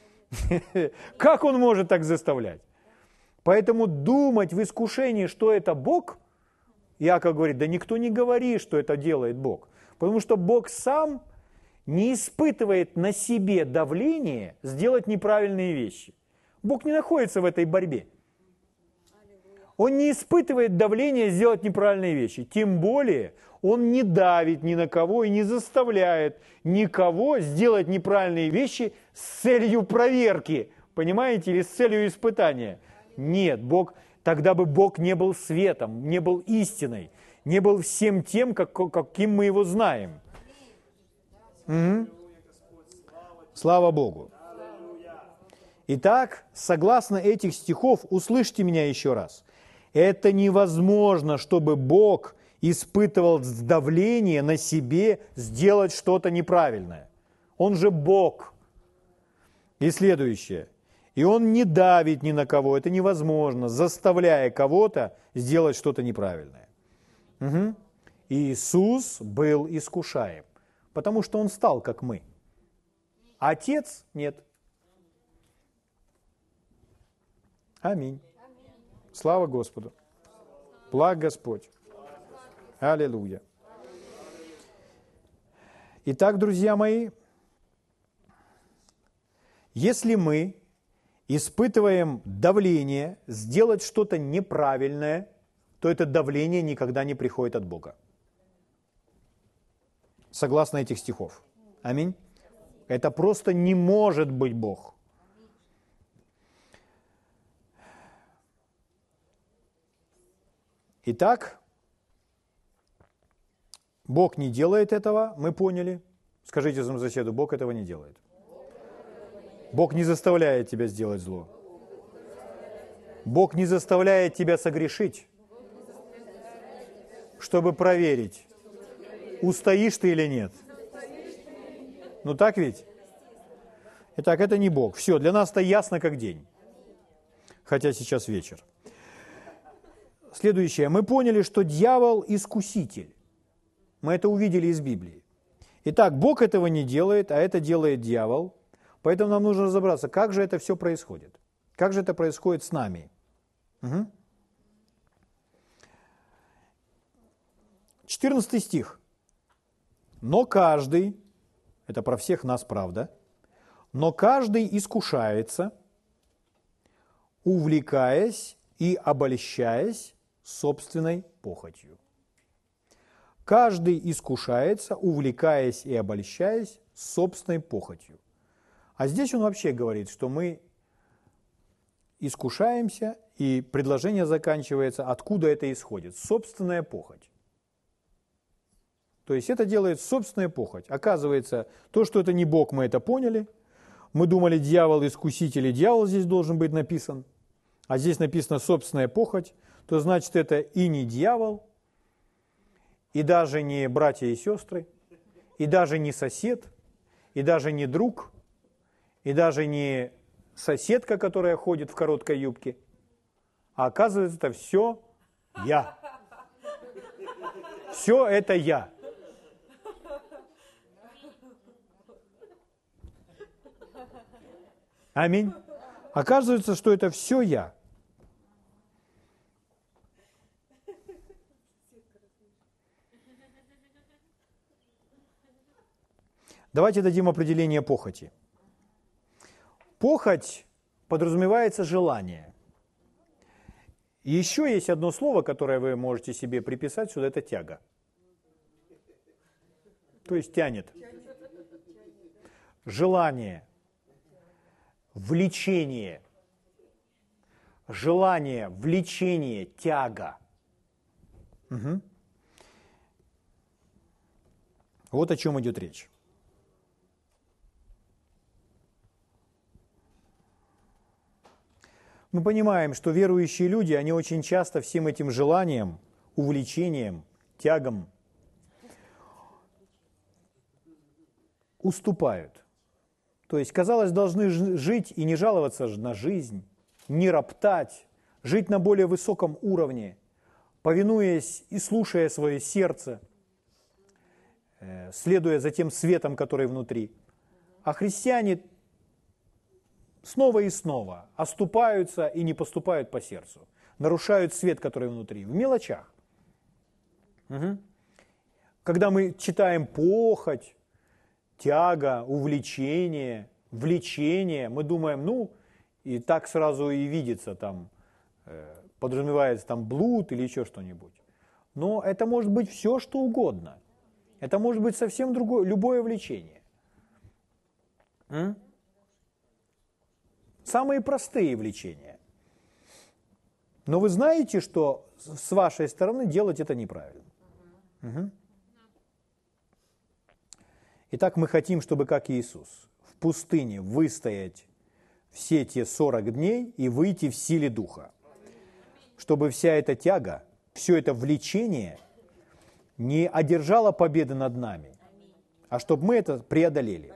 Как Он может так заставлять? Поэтому думать в искушении, что это Бог, Иаков говорит, да никто не говорит, что это делает Бог. Потому что Бог сам не испытывает на себе давление сделать неправильные вещи. Бог не находится в этой борьбе. Он не испытывает давления сделать неправильные вещи. Тем более, Он не давит ни на кого и не заставляет никого сделать неправильные вещи с целью проверки. Понимаете? Или с целью испытания. Нет, Бог, тогда бы Бог не был светом, не был истиной, не был всем тем, как, каким мы Его знаем. Угу. Слава Богу. Итак, согласно этих стихов, услышьте меня еще раз. Это невозможно, чтобы Бог испытывал давление на себе сделать что-то неправильное. Он же Бог. И следующее. И Он не давит ни на кого, это невозможно, заставляя кого-то сделать что-то неправильное. Угу. Иисус был искушаем, потому что Он стал, как мы. Отец – нет. Аминь. Слава Господу. Благ Господь. Аллилуйя. Итак, друзья мои, если мы испытываем давление сделать что-то неправильное, то это давление никогда не приходит от Бога. Согласно этих стихов. Аминь. Это просто не может быть Бог. Итак, Бог не делает этого, мы поняли. Скажите своему соседу, Бог этого не делает. Бог не заставляет тебя сделать зло. Бог не заставляет тебя согрешить, чтобы проверить, устоишь ты или нет. Ну так ведь? Итак, это не Бог. Все, для нас это ясно как день. Хотя сейчас вечер. Следующее. Мы поняли, что дьявол искуситель. Мы это увидели из Библии. Итак, Бог этого не делает, а это делает дьявол. Поэтому нам нужно разобраться, как же это все происходит. Как же это происходит с нами. Угу. четырнадцатый стих. Но каждый, это про всех нас правда, но каждый искушается, увлекаясь и обольщаясь собственной похотью. Каждый искушается, увлекаясь и обольщаясь собственной похотью. А здесь он вообще говорит, что мы искушаемся, и предложение заканчивается, откуда это исходит. Собственная похоть. То есть это делает собственная похоть. Оказывается, то, что это не Бог, мы это поняли. Мы думали, дьявол искуситель, и дьявол здесь должен быть написан. А здесь написано собственная похоть. То значит, это и не дьявол, и даже не братья и сестры, и даже не сосед, и даже не друг, и даже не соседка, которая ходит в короткой юбке. А оказывается, это все я. Все это я. Аминь. Оказывается, что это все я. Давайте дадим определение похоти. Похоть подразумевается желание. И еще есть одно слово, которое вы можете себе приписать сюда, это тяга. То есть тянет. Желание. Влечение. Желание, влечение, тяга. Угу. Вот о чем идет речь. Мы понимаем, что верующие люди, они очень часто всем этим желанием, увлечением, тягом уступают. То есть, казалось, должны жить и не жаловаться на жизнь, не роптать, жить на более высоком уровне, повинуясь и слушая свое сердце, следуя за тем светом, который внутри. А христиане снова и снова оступаются и не поступают по сердцу, нарушают свет, который внутри, в мелочах. Угу. Когда мы читаем похоть, тяга, увлечение, влечение, мы думаем, ну, и так сразу и видится там, подразумевается там блуд или еще что-нибудь. Но это может быть все, что угодно. Это может быть совсем другое, любое влечение. М? Самые простые влечения. Но вы знаете, что с вашей стороны делать это неправильно. Угу. Итак, мы хотим, чтобы, как Иисус, в пустыне выстоять все те сорок дней и выйти в силе Духа. Чтобы вся эта тяга, все это влечение не одержало победы над нами, а чтобы мы это преодолели.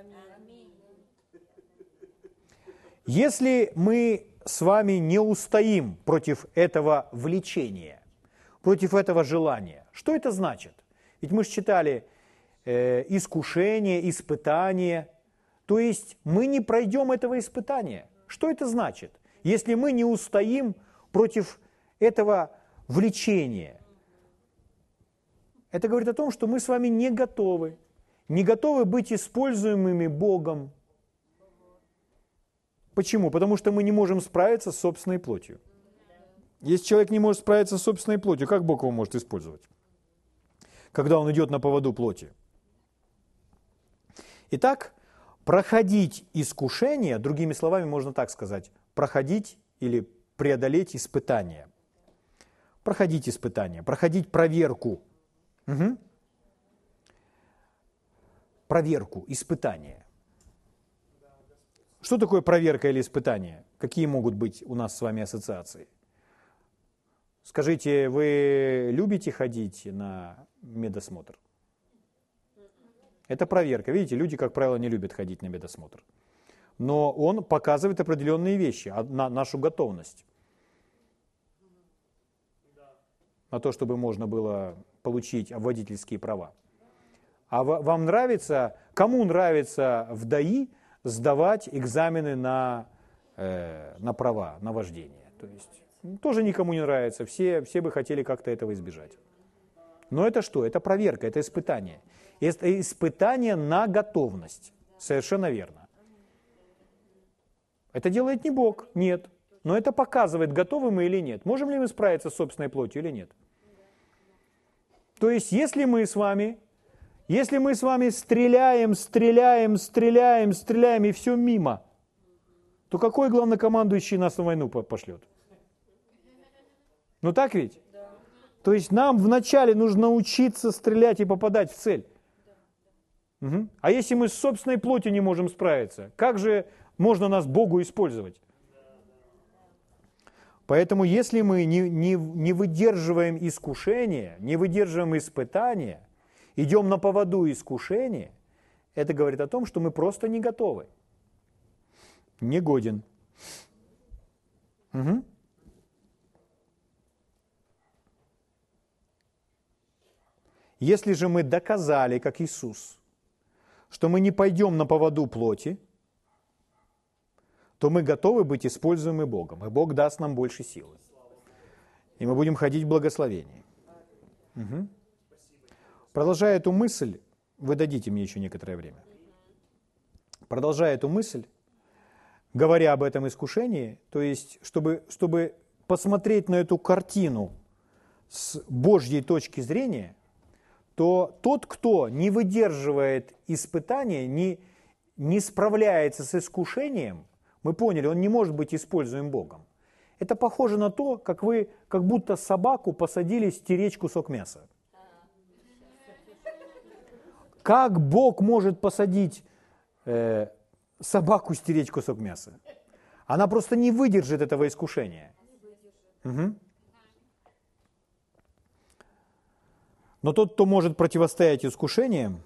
Если мы с вами не устоим против этого влечения, против этого желания, что это значит? Ведь мы же читали э, искушение, испытание. То есть мы не пройдем этого испытания. Что это значит? Если мы не устоим против этого влечения. Это говорит о том, что мы с вами не готовы. Не готовы быть используемыми Богом. Почему? Потому что мы не можем справиться с собственной плотью. Если человек не может справиться с собственной плотью, как Бог его может использовать? Когда он идет на поводу плоти. Итак, проходить искушение, другими словами можно так сказать, проходить или преодолеть испытания. Проходить испытания, проходить проверку. Угу. Проверку, испытание. Что такое проверка или испытание? Какие могут быть у нас с вами ассоциации? Скажите, вы любите ходить на медосмотр? Это проверка. Видите, люди, как правило, не любят ходить на медосмотр. Но он показывает определенные вещи, на нашу готовность. На то, чтобы можно было получить водительские права. А вам нравится, кому нравится в ДАИ сдавать экзамены на, э, на права, на вождение? То есть тоже никому не нравится, все, все бы хотели как-то этого избежать. Но это что? Это проверка, это испытание. Это испытание на готовность. Совершенно верно. Это делает не Бог, нет. Но это показывает, готовы мы или нет. Можем ли мы справиться с собственной плотью или нет. То есть, если мы с вами, если мы с вами стреляем, стреляем, стреляем, стреляем, и все мимо, то какой главнокомандующий нас на войну пошлет? Ну так ведь? То есть нам вначале нужно научиться стрелять и попадать в цель. Угу. А если мы с собственной плотью не можем справиться, как же можно нас Богу использовать? Поэтому если мы не, не, не выдерживаем искушения, не выдерживаем испытания, идем на поводу искушения, это говорит о том, что мы просто не готовы. Не годен. Угу. Если же мы доказали, как Иисус, что мы не пойдем на поводу плоти, то мы готовы быть используемы Богом, и Бог даст нам больше силы. И мы будем ходить в благословении. Угу. Продолжая эту мысль, вы дадите мне еще некоторое время. Продолжая эту мысль, говоря об этом искушении, то есть, чтобы, чтобы посмотреть на эту картину с Божьей точки зрения, то тот, кто не выдерживает испытания, не, не справляется с искушением, мы поняли, он не может быть используем Богом. Это похоже на то, как вы как будто собаку посадили стеречь кусок мяса. Как Бог может посадить э, собаку стеречь кусок мяса? Она просто не выдержит этого искушения. Угу. Но тот, кто может противостоять искушениям,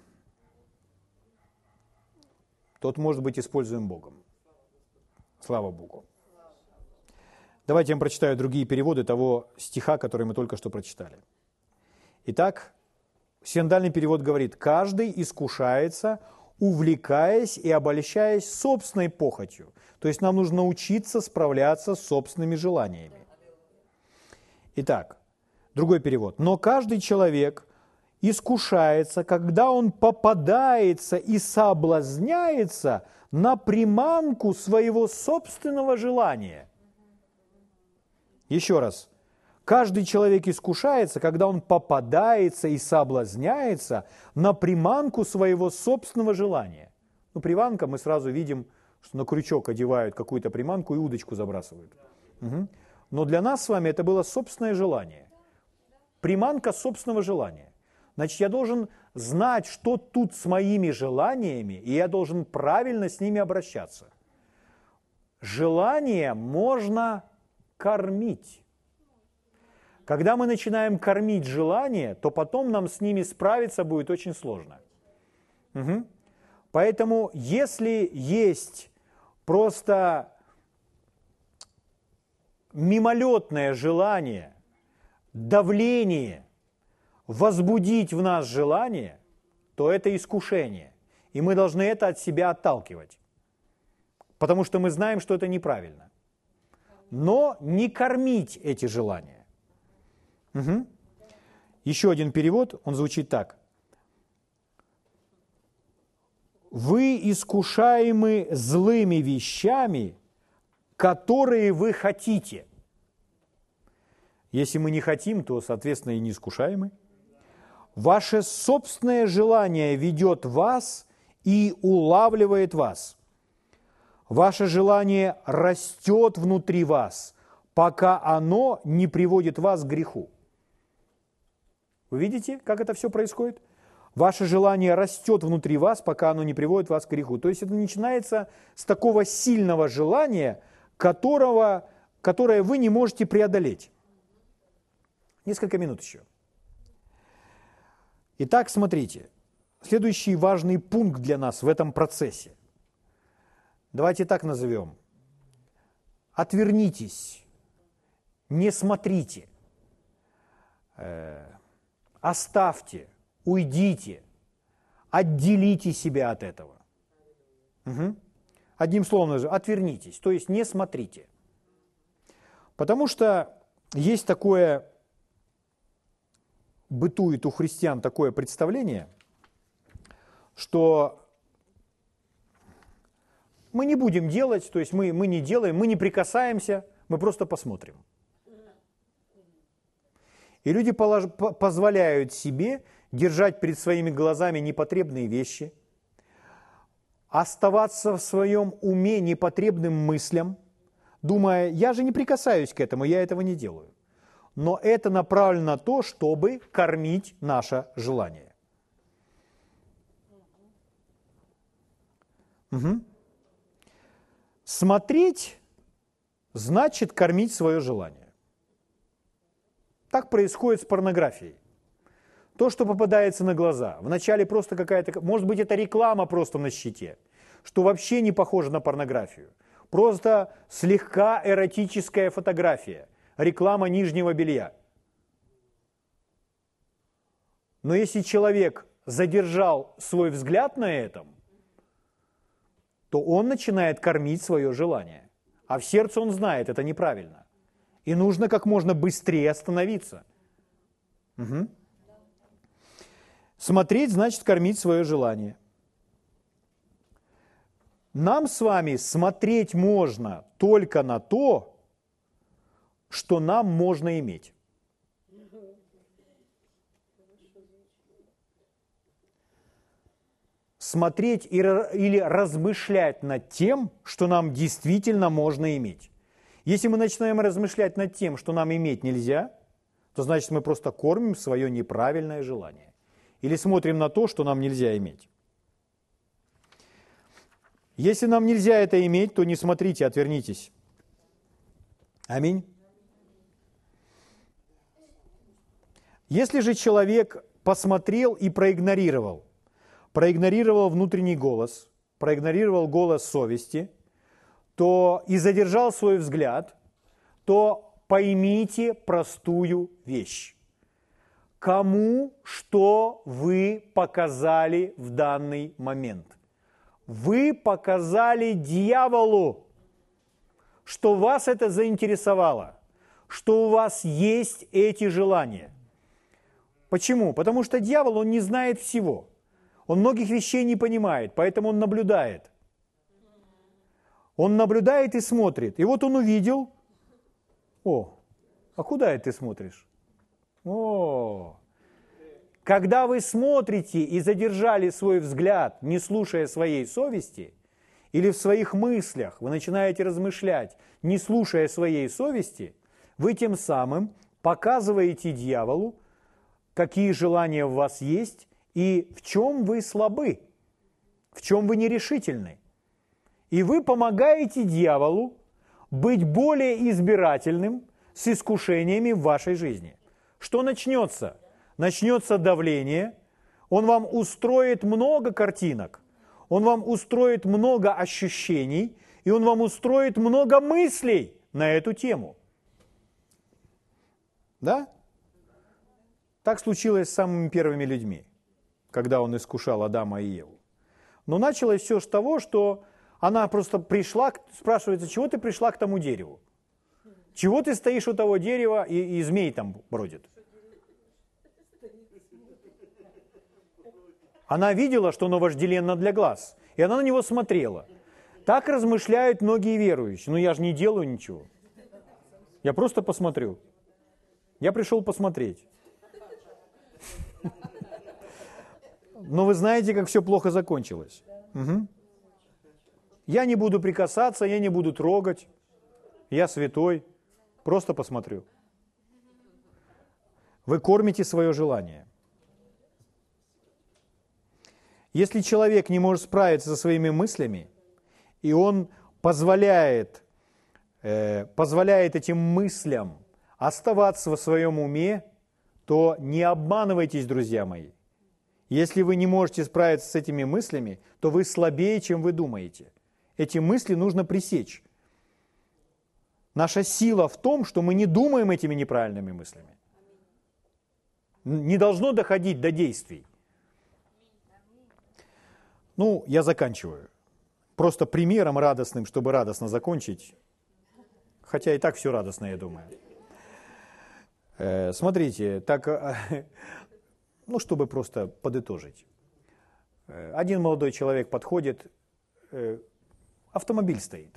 тот может быть используем Богом. Слава Богу. Давайте я вам прочитаю другие переводы того стиха, который мы только что прочитали. Итак, синодальный перевод говорит: «Каждый искушается, увлекаясь и обольщаясь собственной похотью». То есть нам нужно научиться справляться с собственными желаниями. Итак, другой перевод. «Но каждый человек искушается, когда он попадается и соблазняется на приманку своего собственного желания». Еще раз. Каждый человек искушается, когда он попадается и соблазняется на приманку своего собственного желания. Ну, приманка, мы сразу видим, что на крючок одевают какую-то приманку и удочку забрасывают. Угу. Но для нас с вами это было собственное желание. Приманка собственного желания. Значит, я должен знать, что тут с моими желаниями, и я должен правильно с ними обращаться. Желание можно кормить. Когда мы начинаем кормить желания, то потом нам с ними справиться будет очень сложно. Угу. Поэтому, если есть просто мимолетное желание, давление, возбудить в нас желание, то это искушение. И мы должны это от себя отталкивать. Потому что мы знаем, что это неправильно. Но не кормить эти желания. Угу. Еще один перевод, он звучит так. «Вы искушаемы злыми вещами, которые вы хотите». Если мы не хотим, то, соответственно, и не искушаемы. «Ваше собственное желание ведет вас и улавливает вас. Ваше желание растет внутри вас, пока оно не приводит вас к греху». Вы видите, как это все происходит? Ваше желание растет внутри вас, пока оно не приводит вас к греху. То есть это начинается с такого сильного желания, которого, которое вы не можете преодолеть. Несколько минут еще. Итак, смотрите. Следующий важный пункт для нас в этом процессе. Давайте так назовем. Отвернитесь, не смотрите, э, оставьте, уйдите, отделите себя от этого. Угу. Одним словом, отвернитесь, то есть не смотрите. Потому что есть такое, бытует у христиан такое представление, что мы не будем делать, то есть мы, мы не делаем, мы не прикасаемся, мы просто посмотрим. И люди полож, позволяют себе держать перед своими глазами непотребные вещи, оставаться в своем уме непотребным мыслям, думая, я же не прикасаюсь к этому, я этого не делаю. Но это направлено на то, чтобы кормить наше желание. Угу. Смотреть значит кормить свое желание. Так происходит с порнографией. То, что попадается на глаза, вначале просто какая-то, может быть, это реклама просто на щите, что вообще не похоже на порнографию. Просто слегка эротическая фотография, реклама нижнего белья. Но если человек задержал свой взгляд на этом, то он начинает кормить свое желание. А в сердце он знает, это неправильно. И нужно как можно быстрее остановиться. Угу. Смотреть значит кормить свое желание. Нам с вами смотреть можно только на то, что нам можно иметь. Смотреть или размышлять над тем, что нам действительно можно иметь. Если мы начинаем размышлять над тем, что нам иметь нельзя, то значит мы просто кормим свое неправильное желание. Или смотрим на то, что нам нельзя иметь. Если нам нельзя это иметь, то не смотрите, отвернитесь. Аминь. Если же человек посмотрел и проигнорировал, проигнорировал внутренний голос, проигнорировал голос совести, то и задержал свой взгляд, то поймите простую вещь. Кому что вы показали в данный момент? Вы показали дьяволу, что вас это заинтересовало, что у вас есть эти желания. Почему? Потому что дьявол, он не знает всего. Он многих вещей не понимает, поэтому он наблюдает. Он наблюдает и смотрит. И вот он увидел, о, а куда это ты смотришь? О, когда вы смотрите и задержали свой взгляд, не слушая своей совести, или в своих мыслях вы начинаете размышлять, не слушая своей совести, вы тем самым показываете дьяволу, какие желания у вас есть и в чем вы слабы, в чем вы нерешительны. И вы помогаете дьяволу быть более избирательным с искушениями в вашей жизни. Что начнется? Начнется давление, он вам устроит много картинок, он вам устроит много ощущений, и он вам устроит много мыслей на эту тему. Да? Так случилось с самыми первыми людьми, когда он искушал Адама и Еву. Но началось все с того, что она просто пришла, спрашивается, чего ты пришла к тому дереву? Чего ты стоишь у того дерева, и, и змей там бродит? Она видела, что оно вожделенно для глаз, и она на него смотрела. Так размышляют многие верующие. Ну я же не делаю ничего. Я просто посмотрю. Я пришел посмотреть. Но вы знаете, как все плохо закончилось. Угу. Я не буду прикасаться, я не буду трогать. Я святой. Просто посмотрю. Вы кормите свое желание. Если человек не может справиться со своими мыслями, и он позволяет, э, позволяет этим мыслям оставаться в своем уме, то не обманывайтесь, друзья мои. Если вы не можете справиться с этими мыслями, то вы слабее, чем вы думаете. Эти мысли нужно пресечь. Наша сила в том, что мы не думаем этими неправильными мыслями. Не должно доходить до действий. Ну, я заканчиваю. Просто примером радостным, чтобы радостно закончить. Хотя и так все радостно, я думаю. Э, смотрите, так, э, ну, чтобы просто подытожить. Э, один молодой человек подходит, э, автомобиль стоит.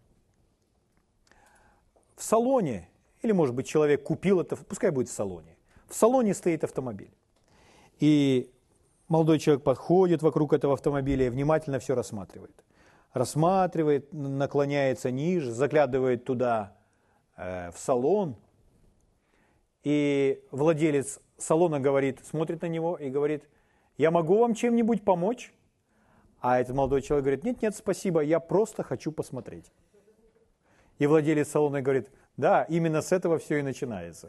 В салоне, или, может быть, человек купил это, пускай будет в салоне. В салоне стоит автомобиль. И молодой человек подходит вокруг этого автомобиля и внимательно все рассматривает. Рассматривает, наклоняется ниже, заглядывает туда, э, в салон. И владелец салона говорит, смотрит на него и говорит: я могу вам чем-нибудь помочь? А этот молодой человек говорит: нет, нет, спасибо, я просто хочу посмотреть. И владелец салона говорит: да, именно с этого все и начинается.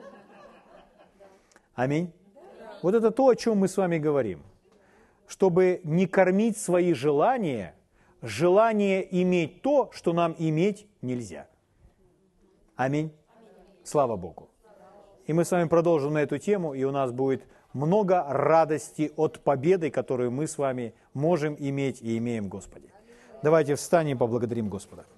Аминь. Вот это то, о чем мы с вами говорим. Чтобы не кормить свои желания, желание иметь то, что нам иметь нельзя. Аминь. Слава Богу. И мы с вами продолжим на эту тему, и у нас будет много радости от победы, которую мы с вами можем иметь и имеем в Господе. Давайте встанем и поблагодарим Господа.